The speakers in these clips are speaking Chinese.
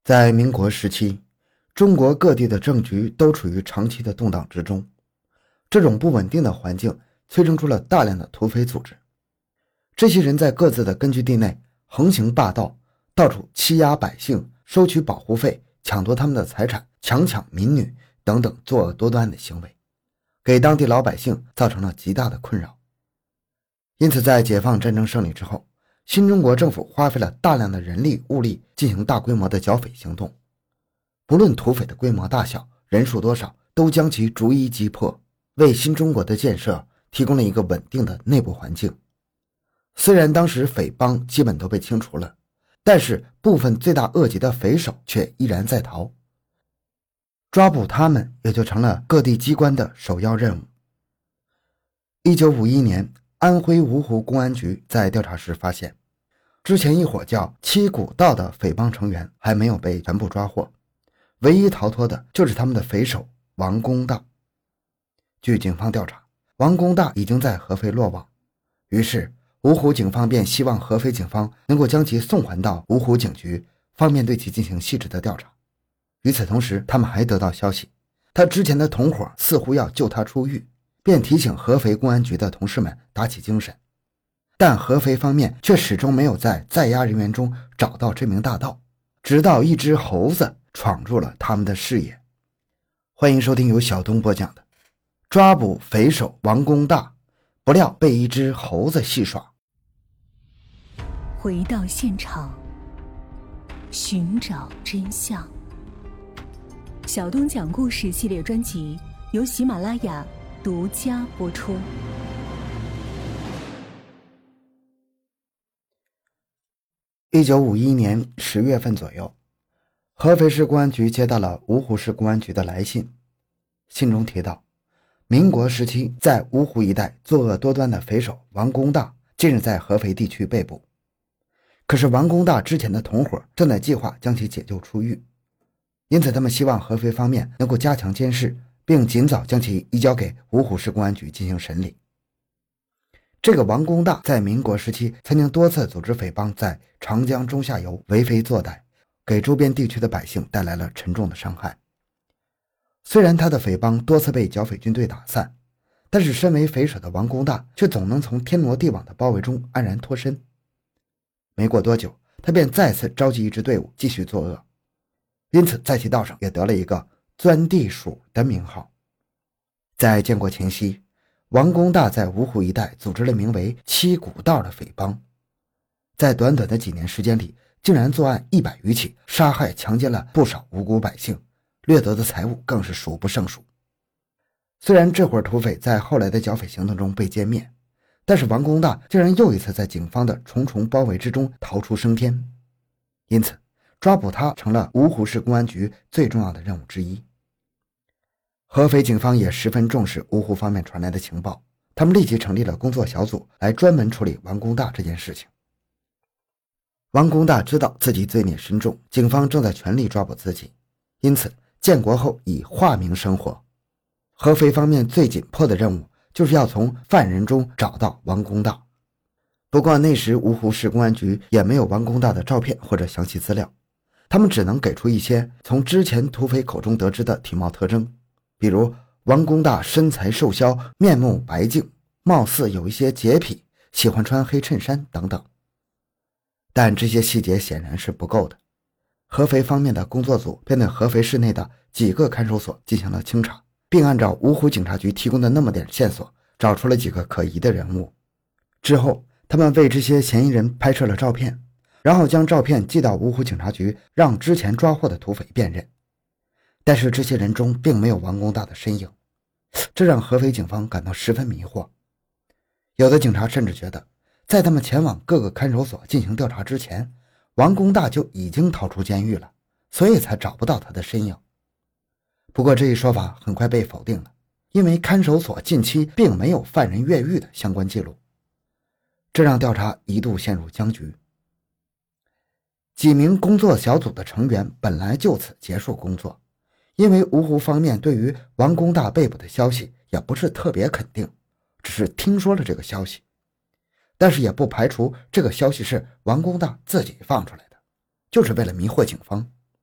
在民国时期，中国各地的政局都处于长期的动荡之中，这种不稳定的环境催生出了大量的土匪组织。这些人在各自的根据地内横行霸道，到处欺压百姓，收取保护费，抢夺他们的财产，强抢民女等等作恶多端的行为，给当地老百姓造成了极大的困扰。因此在解放战争胜利之后，新中国政府花费了大量的人力物力进行大规模的剿匪行动，不论土匪的规模大小，人数多少，都将其逐一击破，为新中国的建设提供了一个稳定的内部环境。虽然当时匪帮基本都被清除了，但是部分罪大恶极的匪首却依然在逃，抓捕他们也就成了各地机关的首要任务。1951年，安徽芜湖公安局在调查时发现，之前一伙叫七股道的匪帮成员还没有被全部抓获，唯一逃脱的就是他们的匪首王公大。据警方调查，王公大已经在合肥落网，于是芜湖警方便希望合肥警方能够将其送还到芜湖警局，方便对其进行细致的调查。与此同时，他们还得到消息，他之前的同伙似乎要救他出狱，便提醒合肥公安局的同事们打起精神。但合肥方面却始终没有在在押人员中找到这名大盗，直到一只猴子闯入了他们的视野。欢迎收听由小东播讲的抓捕匪首王公大，不料被一只猴子戏耍。 回到现场，寻找真相。小东讲故事系列专辑由喜马拉雅独家播出。 1951年10月份左右，合肥市公安局接到了芜湖市公安局的来信，信中提到，民国时期在芜湖一带作恶多端的匪首王公大近日在合肥地区被捕。可是王公大之前的同伙正在计划将其解救出狱，因此他们希望合肥方面能够加强监视，并尽早将其移交给芜湖市公安局进行审理。这个王公大在民国时期曾经多次组织匪帮在长江中下游为非作歹，给周边地区的百姓带来了沉重的伤害。虽然他的匪帮多次被剿匪军队打散，但是身为匪首的王公大却总能从天罗地网的包围中安然脱身。没过多久，他便再次召集一支队伍继续作恶，因此在其道上也得了一个钻地鼠的名号。在建国前夕，王公大在芜湖一带组织了名为七股道的匪帮，在短短的几年时间里，竟然作案100余起，杀害强奸了不少无辜百姓，掠得的财物更是数不胜数。虽然这伙土匪在后来的剿匪行动中被歼灭，但是王公大竟然又一次在警方的重重包围之中逃出升天，因此抓捕他成了芜湖市公安局最重要的任务之一。合肥警方也十分重视芜湖方面传来的情报，他们立即成立了工作小组来专门处理王公大这件事情。王公大知道自己罪孽深重，警方正在全力抓捕自己，因此建国后以化名生活。合肥方面最紧迫的任务就是要从犯人中找到王公大。不过那时芜湖市公安局也没有王公大的照片或者详细资料，他们只能给出一些从之前土匪口中得知的体貌特征，比如王公大身材瘦削，面目白净，貌似有一些洁癖，喜欢穿黑衬衫等等。但这些细节显然是不够的，合肥方面的工作组便对合肥市内的几个看守所进行了清查，并按照芜湖警察局提供的那么点线索，找出了几个可疑的人物。之后他们为这些嫌疑人拍摄了照片，然后将照片寄到芜湖警察局，让之前抓获的土匪辨认。但是这些人中并没有王公大的身影，这让合肥警方感到十分迷惑。有的警察甚至觉得，在他们前往各个看守所进行调查之前，王公大就已经逃出监狱了，所以才找不到他的身影。不过这一说法很快被否定了，因为看守所近期并没有犯人越狱的相关记录，这让调查一度陷入僵局。几名工作小组的成员本来就此结束工作，因为芜湖方面对于王公大被捕的消息也不是特别肯定，只是听说了这个消息，但是也不排除这个消息是王公大自己放出来的，就是为了迷惑警方。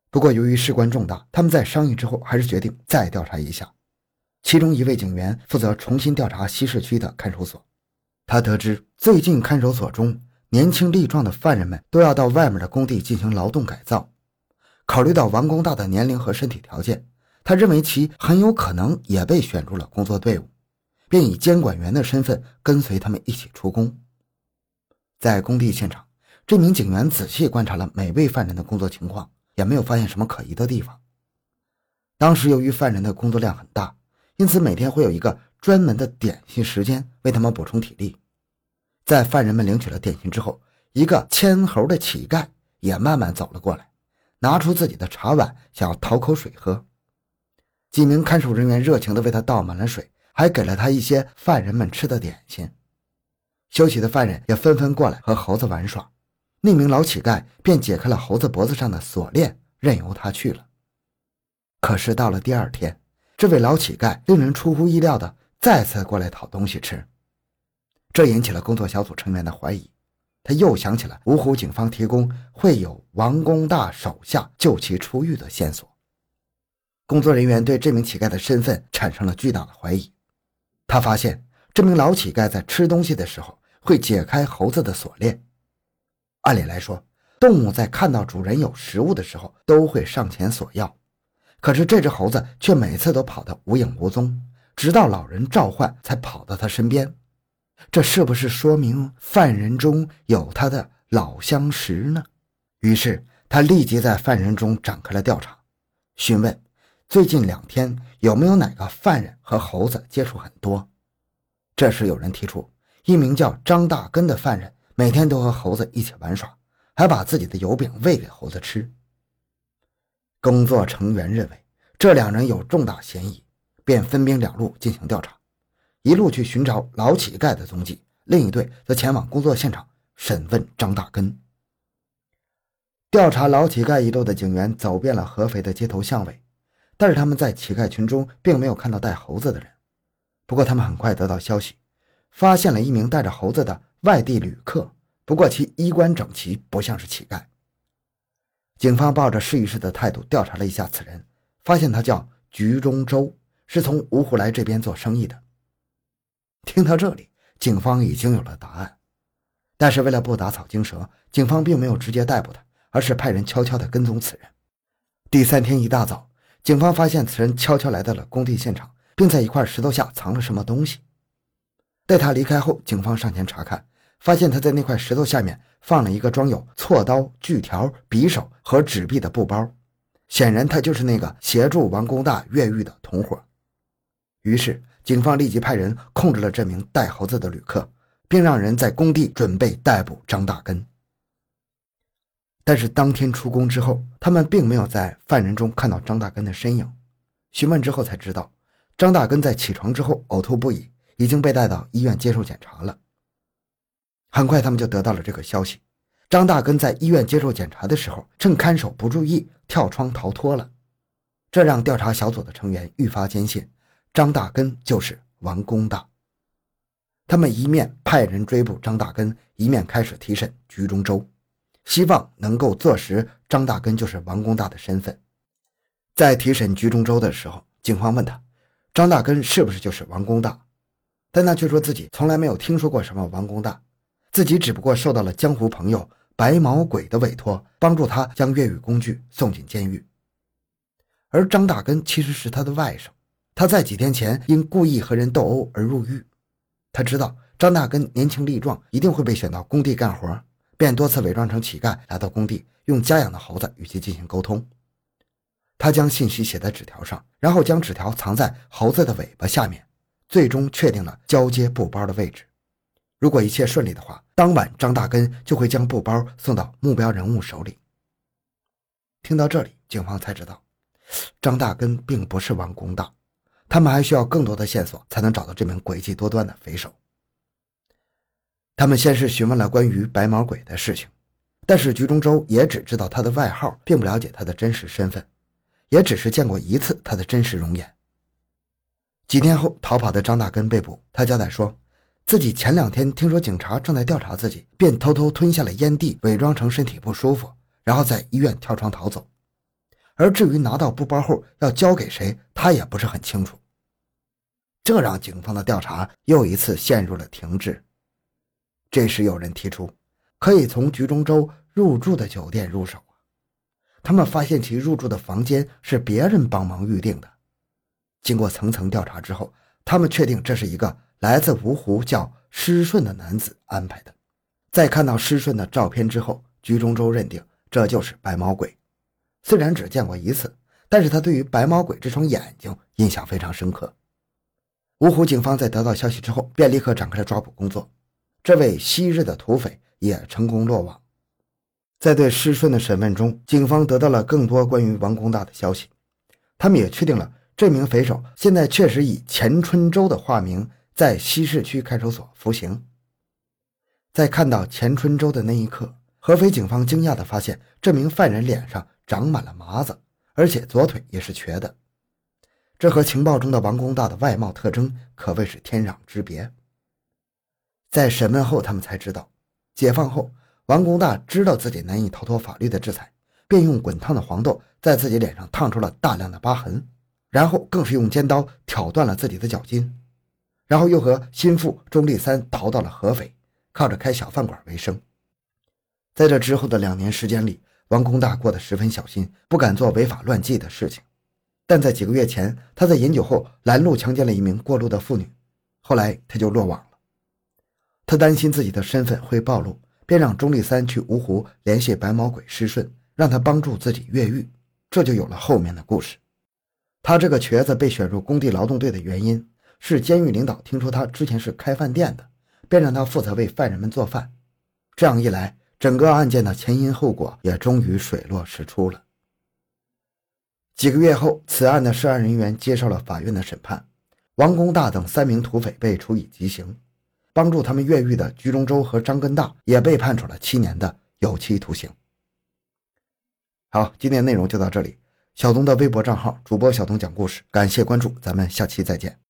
不过由于事关重大，他们在商议之后还是决定再调查一下。其中一位警员负责重新调查西市区的看守所，他得知最近看守所中年轻力壮的犯人们都要到外面的工地进行劳动改造。考虑到王工大的年龄和身体条件，他认为其很有可能也被选入了工作队伍，便以监管员的身份跟随他们一起出工。在工地现场，这名警员仔细观察了每位犯人的工作情况，也没有发现什么可疑的地方。当时由于犯人的工作量很大，因此每天会有一个专门的点心时间为他们补充体力。在犯人们领取了点心之后，一个牵猴的乞丐也慢慢走了过来，拿出自己的茶碗想要讨口水喝。几名看守人员热情地为他倒满了水，还给了他一些犯人们吃的点心。休息的犯人也纷纷过来和猴子玩耍，那名老乞丐便解开了猴子脖子上的锁链，任由他去了。可是到了第二天，这位老乞丐令人出乎意料的再次过来讨东西吃，这引起了工作小组成员的怀疑。他又想起了芜湖警方提供会有王工大手下救其出狱的线索。工作人员对这名乞丐的身份产生了巨大的怀疑。他发现这名老乞丐在吃东西的时候会解开猴子的锁链。按理来说，动物在看到主人有食物的时候都会上前索要，可是这只猴子却每次都跑得无影无踪，直到老人召唤才跑到他身边。这是不是说明犯人中有他的老相识呢？于是他立即在犯人中展开了调查，询问最近2天有没有哪个犯人和猴子接触很多。这时有人提出，一名叫张大根的犯人每天都和猴子一起玩耍，还把自己的油饼喂给猴子吃。工作成员认为这2人有重大嫌疑，便分兵2路进行调查，一路去寻找老乞丐的踪迹，另一队则前往工作现场审问张大根。调查老乞丐一路的警员走遍了合肥的街头巷尾，但是他们在乞丐群中并没有看到带猴子的人。不过他们很快得到消息，发现了一名带着猴子的外地旅客，不过其衣冠整齐，不像是乞丐。警方抱着试一试的态度调查了一下此人，发现他叫菊中周，是从芜湖来这边做生意的。听到这里，警方已经有了答案，但是为了不打草惊蛇，警方并没有直接逮捕他，而是派人悄悄地跟踪此人。第3天一大早，警方发现此人悄悄来到了工地现场，并在一块石头下藏了什么东西。待他离开后，警方上前查看，发现他在那块石头下面放了一个装有锉刀、锯条、匕首和纸币的布包，显然他就是那个协助王工大越狱的同伙。于是警方立即派人控制了这名带猴子的旅客，并让人在工地准备逮捕张大根。但是当天出工之后，他们并没有在犯人中看到张大根的身影。询问之后才知道，张大根在起床之后呕吐不已，已经被带到医院接受检查了。很快他们就得到了这个消息，张大根在医院接受检查的时候，趁看守不注意跳窗逃脱了。这让调查小组的成员愈发坚信张大根就是王工大。他们一面派人追捕张大根，一面开始提审菊中周，希望能够坐实张大根就是王工大的身份。在提审菊中周的时候，警方问他张大根是不是就是王工大，但他却说自己从来没有听说过什么王工大，自己只不过受到了江湖朋友白毛鬼的委托，帮助他将越狱工具送进监狱。而张大根其实是他的外甥，他在几天前因故意和人斗殴而入狱。他知道张大根年轻力壮，一定会被选到工地干活，便多次伪装成乞丐来到工地，用家养的猴子与其进行沟通。他将信息写在纸条上，然后将纸条藏在猴子的尾巴下面，最终确定了交接布包的位置。如果一切顺利的话，当晚张大根就会将布包送到目标人物手里。听到这里，警方才知道张大根并不是王工大，他们还需要更多的线索才能找到这名诡计多端的匪首。他们先是询问了关于白毛鬼的事情，但是菊中周也只知道他的外号，并不了解他的真实身份，也只是见过一次他的真实容颜。几天后，逃跑的张大根被捕，他交代说自己前2天听说警察正在调查自己，便偷偷吞下了烟蒂，伪装成身体不舒服，然后在医院跳窗逃走。 而至于拿到布包后要交给谁，他也不是很清楚。这让警方的调查又一次陷入了停滞。这时有人提出，可以从局中洲入住的酒店入手啊。他们发现其入住的房间是别人帮忙预定的。经过层层调查之后，他们确定这是一个来自芜湖叫施顺的男子安排的。在看到施顺的照片之后，局中洲认定这就是白毛鬼。虽然只见过一次，但是他对于白毛鬼这双眼睛印象非常深刻。芜湖警方在得到消息之后，便立刻展开了抓捕工作。这位昔日的土匪也成功落网。在对施顺的审问中，警方得到了更多关于王公大的消息。他们也确定了这名匪首现在确实以钱春洲的化名在西市区看守所服刑。在看到钱春洲的那一刻，合肥警方惊讶地发现这名犯人脸上长满了麻子，而且左腿也是瘸的。这和情报中的王公大的外貌特征可谓是天壤之别。在审问后，他们才知道，解放后王公大知道自己难以逃脱法律的制裁，便用滚烫的黄豆在自己脸上烫出了大量的疤痕，然后更是用尖刀挑断了自己的脚筋，然后又和心腹钟立三逃到了合肥，靠着开小饭馆为生。在这之后的2年时间里，王公大过得十分小心，不敢做违法乱纪的事情。但在几个月前，他在饮酒后拦路强奸了一名过路的妇女，后来他就落网了。他担心自己的身份会暴露，便让钟立三去芜湖联系白毛鬼施顺，让他帮助自己越狱，这就有了后面的故事。他这个瘸子被选入工地劳动队的原因是监狱领导听说他之前是开饭店的，便让他负责为犯人们做饭。这样一来，整个案件的前因后果也终于水落石出了。几个月后，此案的涉案人员接受了法院的审判，王公大等3名土匪被处以极刑，帮助他们越狱的局中洲和张根大也被判处了7年的有期徒刑。好，今天内容就到这里。小东的微博账号主播小东讲故事，感谢关注，咱们下期再见。